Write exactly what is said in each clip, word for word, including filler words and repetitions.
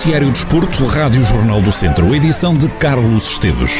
Noticiário Desporto, Rádio Jornal do Centro, edição de Carlos Esteves.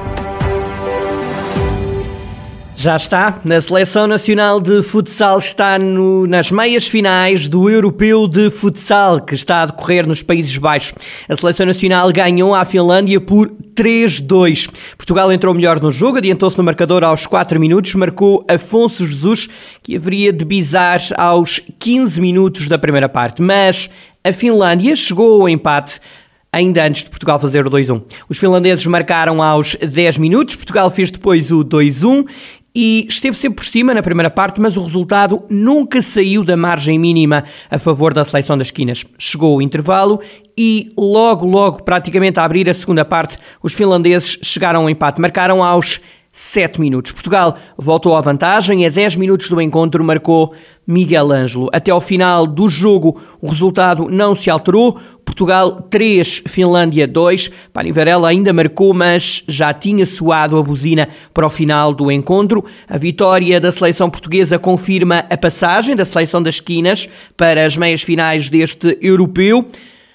Já está, na Seleção Nacional de Futsal está no, nas meias finais do Europeu de Futsal, que está a decorrer nos Países Baixos. A Seleção Nacional ganhou à Finlândia por três a dois. Portugal entrou melhor no jogo, adiantou-se no marcador aos quatro minutos, marcou Afonso Jesus, que haveria de bizar aos quinze minutos da primeira parte. Mas a Finlândia chegou ao empate ainda antes de Portugal fazer o dois a um. Os finlandeses marcaram aos dez minutos, Portugal fez depois o dois a um e esteve sempre por cima na primeira parte, mas o resultado nunca saiu da margem mínima a favor da seleção das esquinas. Chegou o intervalo e logo, logo, praticamente a abrir a segunda parte, os finlandeses chegaram ao empate. Marcaram aos sete minutos. Portugal voltou à vantagem. A dez minutos do encontro marcou Miguel Ângelo. Até ao final do jogo o resultado não se alterou. Portugal três, Finlândia dois. Pani Varela ainda marcou, mas já tinha soado a buzina para o final do encontro. A vitória da seleção portuguesa confirma a passagem da seleção das esquinas para as meias finais deste europeu.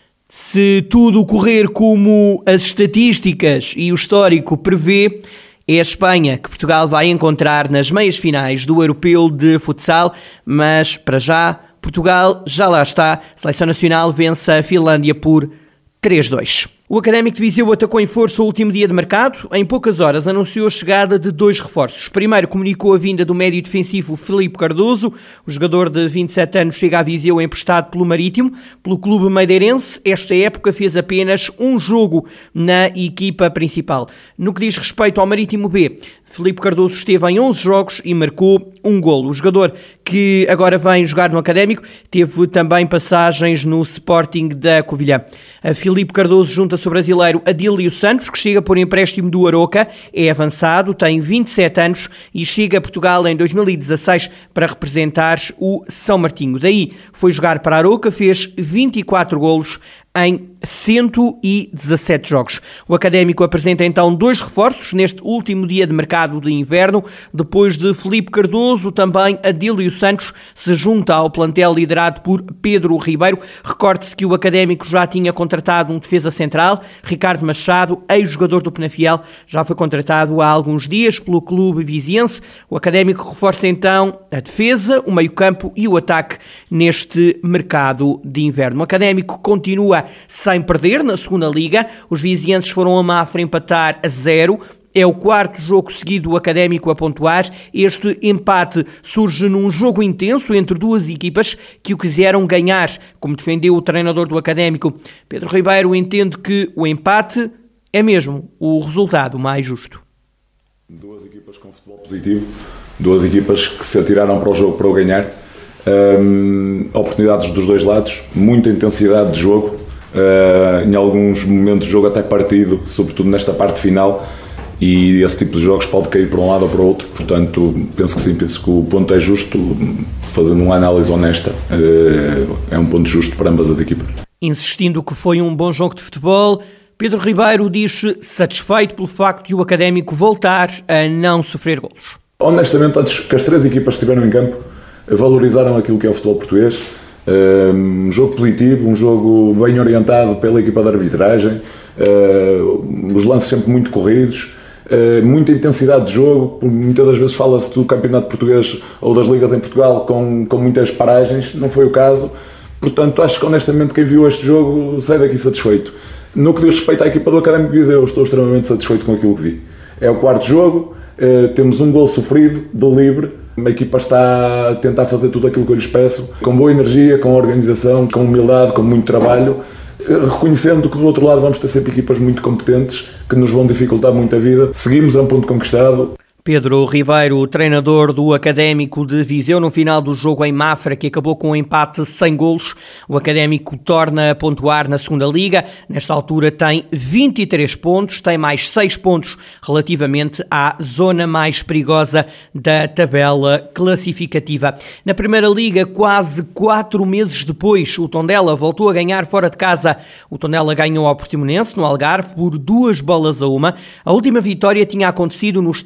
Se tudo correr como as estatísticas e o histórico prevê, é a Espanha que Portugal vai encontrar nas meias finais do Europeu de Futsal, mas para já Portugal já lá está. A Seleção Nacional vence a Finlândia por três a dois. O Académico de Viseu atacou em força o último dia de mercado. Em poucas horas anunciou a chegada de dois reforços. Primeiro comunicou a vinda do médio defensivo Filipe Cardoso. O jogador de vinte e sete anos chega a Viseu emprestado pelo Marítimo, pelo clube madeirense. Esta época fez apenas um jogo na equipa principal. No que diz respeito ao Marítimo B, Filipe Cardoso esteve em onze jogos e marcou um golo. O jogador que agora vem jogar no Académico teve também passagens no Sporting da Covilhã. A Filipe Cardoso junta-se ao brasileiro Adílio Santos, que chega por empréstimo do Aroca, é avançado, tem vinte e sete anos e chega a Portugal em dois mil e dezasseis para representar o São Martinho. Daí foi jogar para a Aroca, fez vinte e quatro golos em cento e dezassete jogos. O Académico apresenta então dois reforços neste último dia de mercado de inverno. Depois de Filipe Cardoso, também Adílio Santos se junta ao plantel liderado por Pedro Ribeiro. Recorde-se que o Académico já tinha contratado um defesa central, Ricardo Machado, ex-jogador do Penafiel, já foi contratado há alguns dias pelo clube viziense. O Académico reforça então a defesa, o meio-campo e o ataque neste mercado de inverno. O Académico continua sem perder na segunda liga. Os vizienses foram a Mafra empatar a zero. É o quarto jogo seguido do Académico a pontuar. Este empate surge num jogo intenso entre duas equipas que o quiseram ganhar, como defendeu o treinador do Académico. Pedro Ribeiro entende que o empate é mesmo o resultado mais justo. Duas equipas com futebol positivo, duas equipas que se atiraram para o jogo para o ganhar. Um, oportunidades dos dois lados, muita intensidade de jogo. Uh, em alguns momentos do jogo até partido, sobretudo nesta parte final, e esse tipo de jogos pode cair para um lado ou para o outro. Portanto, penso que sim, penso que o ponto é justo. Fazendo uma análise honesta, uh, é um ponto justo para ambas as equipas. Insistindo que foi um bom jogo de futebol, Pedro Ribeiro diz-se satisfeito pelo facto de o Académico voltar a não sofrer golos. Honestamente, antes que as três equipas estiveram em campo, valorizaram aquilo que é o futebol português. Um jogo positivo, um jogo bem orientado pela equipa de arbitragem, uh, os lances sempre muito corridos, uh, muita intensidade de jogo. Muitas das vezes fala-se do campeonato português ou das ligas em Portugal com, com muitas paragens, não foi o caso. Portanto, acho que honestamente quem viu este jogo sai daqui satisfeito. No que diz respeito à equipa do Académico de Viseu, estou extremamente satisfeito com aquilo que vi. É o quarto jogo, uh, temos um gol sofrido de livre. A equipa está a tentar fazer tudo aquilo que eu lhes peço, com boa energia, com organização, com humildade, com muito trabalho, reconhecendo que do outro lado vamos ter sempre equipas muito competentes que nos vão dificultar muito a vida. Seguimos a um ponto conquistado. Pedro Ribeiro, treinador do Académico de Viseu, no final do jogo em Mafra, que acabou com um empate sem golos. O Académico torna a pontuar na segunda liga. Nesta altura tem vinte e três pontos, tem mais seis pontos relativamente à zona mais perigosa da tabela classificativa. Na primeira liga, quase quatro meses depois, o Tondela voltou a ganhar fora de casa. O Tondela ganhou ao Portimonense, no Algarve, por duas bolas a uma. A última vitória tinha acontecido no Estádio Nacional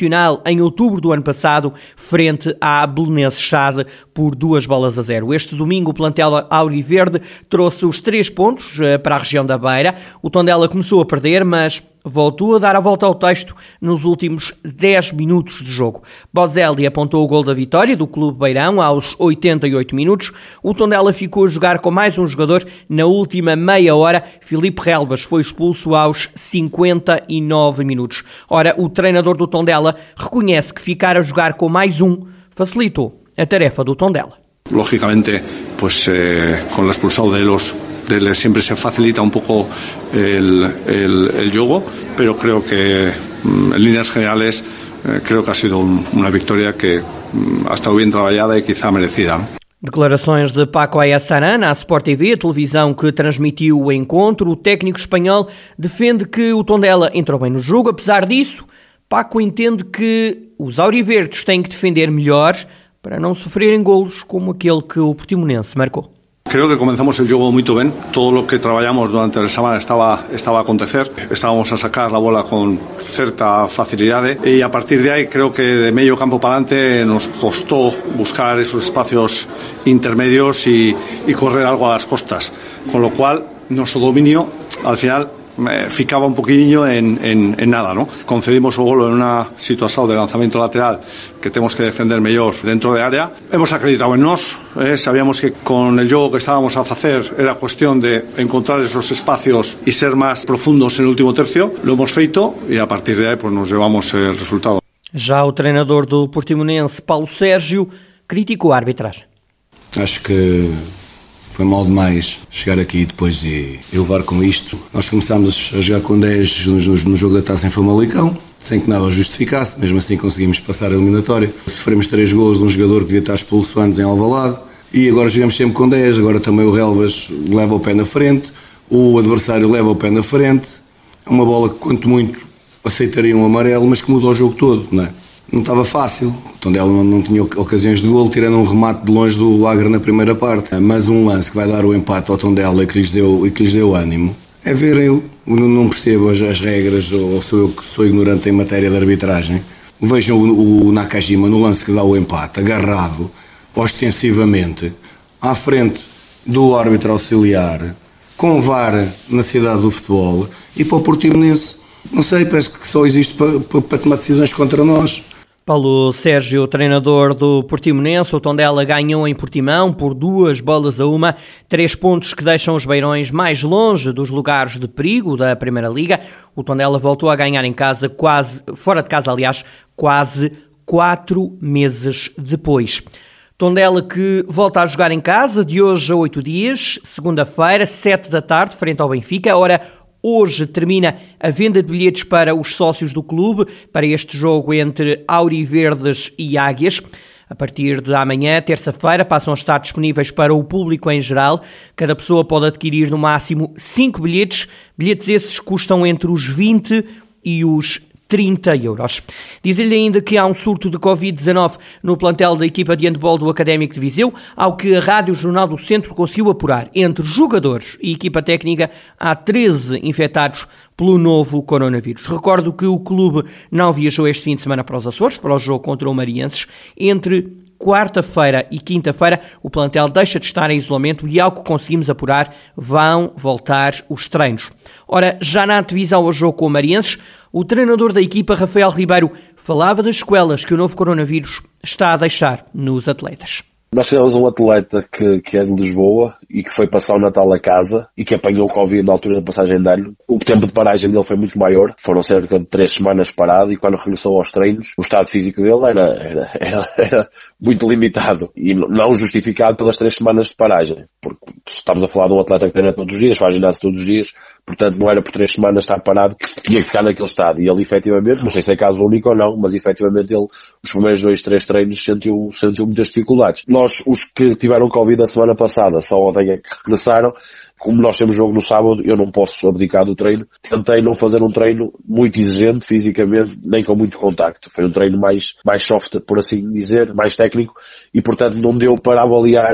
Nacional em outubro do ano passado, frente à Belenenses Xade, por duas bolas a zero. Este domingo o plantel auriverde trouxe os três pontos para a região da Beira. O Tondela começou a perder, mas voltou a dar a volta ao texto nos últimos dez minutos de jogo. Bozelli apontou o gol da vitória do Clube Beirão aos oitenta e oito minutos. O Tondela ficou a jogar com mais um jogador na última meia hora. Filipe Relvas foi expulso aos cinquenta e nove minutos. Ora, o treinador do Tondela reconhece que ficar a jogar com mais um facilitou a tarefa do Tondela. Lógicamente, pues eh, con la expulsado de los de siempre se facilita un poco el, el, el juego, pero creo que en líneas generales eh, creo que ha sido un, una victoria que ha estado bien trabajada y quizá merecida. Declarações de Paco Ayestarán à Sport T V, a televisão que transmitiu o encontro. O técnico espanhol defende que o Tondela entrou bem no jogo. Apesar disso, Paco entende que os auriverdes têm que defender melhor para não sofrerem golos como aquele que o Portimonense marcou. Creo que comenzamos el juego muy bien. Todo lo que trabajamos durante la semana estaba, estaba a acontecer. Estábamos a sacar la bola con cierta facilidad y a partir de ahí creo que de medio campo para adelante nos costó buscar esos espacios intermedios y, y correr algo a las costas. Con lo cual, nuestro dominio al final me ficaba un poquillo en, en, en nada, ¿no? Concedimos un gol en una situación de lanzamiento lateral que tenemos que defender mejor dentro de área. Hemos acreditado en nos, eh, sabíamos que con el juego que estábamos a hacer era cuestión de encontrar esos espacios y ser más profundos en el último tercio. Lo hemos feito y a partir de ahí pues nos llevamos el resultado. Já o treinador do Portimonense, Paulo Sérgio, criticou a arbitragem. Acho que foi mal demais chegar aqui depois e, e levar com isto. Nós começámos a jogar com dez no, no jogo da Taça em Famalicão, sem que nada o justificasse, mesmo assim conseguimos passar a eliminatória. Sofremos três golos de um jogador que devia estar expulso antes em Alvalade e agora jogamos sempre com dez, agora também o Relvas leva o pé na frente, o adversário leva o pé na frente. É uma bola que, quanto muito, aceitaria um amarelo, mas que muda o jogo todo, não é? Não estava fácil, o Tondela não, não tinha ocasiões de golo, tirando um remate de longe do Agra na primeira parte. Mas um lance que vai dar o empate ao Tondela e que lhes deu, e que lhes deu ânimo, é ver, eu não percebo as, as regras, ou sou eu que sou ignorante em matéria de arbitragem. Vejam o, o Nakajima no lance que dá o empate, agarrado, ostensivamente, à frente do árbitro auxiliar, com V A R na cidade do futebol, e para o Portimonense, não sei, parece que só existe para, para, para tomar decisões contra nós. Paulo Sérgio, treinador do Portimonense. O Tondela ganhou em Portimão por duas bolas a uma, três pontos que deixam os beirões mais longe dos lugares de perigo da Primeira Liga. O Tondela voltou a ganhar em casa, quase fora de casa, aliás, quase quatro meses depois. Tondela que volta a jogar em casa de hoje a oito dias, segunda-feira, sete da tarde, frente ao Benfica. Ora, hoje termina a venda de bilhetes para os sócios do clube para este jogo entre Auriverdes e Águias. A partir de amanhã, terça-feira, passam a estar disponíveis para o público em geral. Cada pessoa pode adquirir no máximo cinco bilhetes. Bilhetes esses custam entre os vinte e os trinta euros. Diz-lhe ainda que há um surto de covid dezanove no plantel da equipa de handball do Académico de Viseu, ao que a Rádio Jornal do Centro conseguiu apurar. Entre jogadores e equipa técnica, há treze infectados pelo novo coronavírus. Recordo que o clube não viajou este fim de semana para os Açores, para o jogo contra o Marienses. Entre quarta-feira e quinta-feira, o plantel deixa de estar em isolamento e, ao que conseguimos apurar, vão voltar os treinos. Ora, já na antevisão ao jogo com o Marienses, o treinador da equipa, Rafael Ribeiro, falava das sequelas que o novo coronavírus está a deixar nos atletas. Nós tivemos um atleta que, que é de Lisboa e que foi passar o Natal a casa e que apanhou o Covid na altura da passagem de ano. O tempo de paragem dele foi muito maior, foram cerca de três semanas parado, e quando regressou aos treinos, o estado físico dele era, era, era, era muito limitado e não justificado pelas três semanas de paragem. Porque estamos a falar de um atleta que treina todos os dias, faz ginásio todos os dias, portanto não era por três semanas estar parado que tinha que ficar naquele estado. E ele efetivamente, não sei se é caso único ou não, mas efetivamente ele, os primeiros dois, três treinos sentiu, sentiu muitas dificuldades. Nós, os que tiveram Covid a semana passada, só ontem é que regressaram. Como nós temos jogo no sábado, eu não posso abdicar do treino. Tentei não fazer um treino muito exigente fisicamente, nem com muito contacto. Foi um treino mais, mais soft, por assim dizer, mais técnico, e portanto não deu para avaliar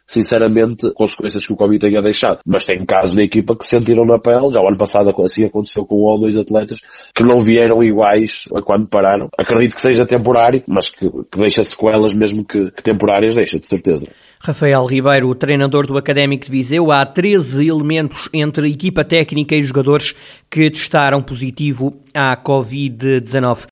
sinceramente, consequências que o Covid tenha deixado. Mas tem casos da equipa que sentiram na pele, já o ano passado assim aconteceu com um ou dois atletas que não vieram iguais a quando pararam. Acredito que seja temporário, mas que, que deixa sequelas mesmo que, que temporárias deixa, de certeza. Rafael Ribeiro, o treinador do Académico de Viseu, há treze elementos entre equipa técnica e jogadores que testaram positivo à covid dezanove.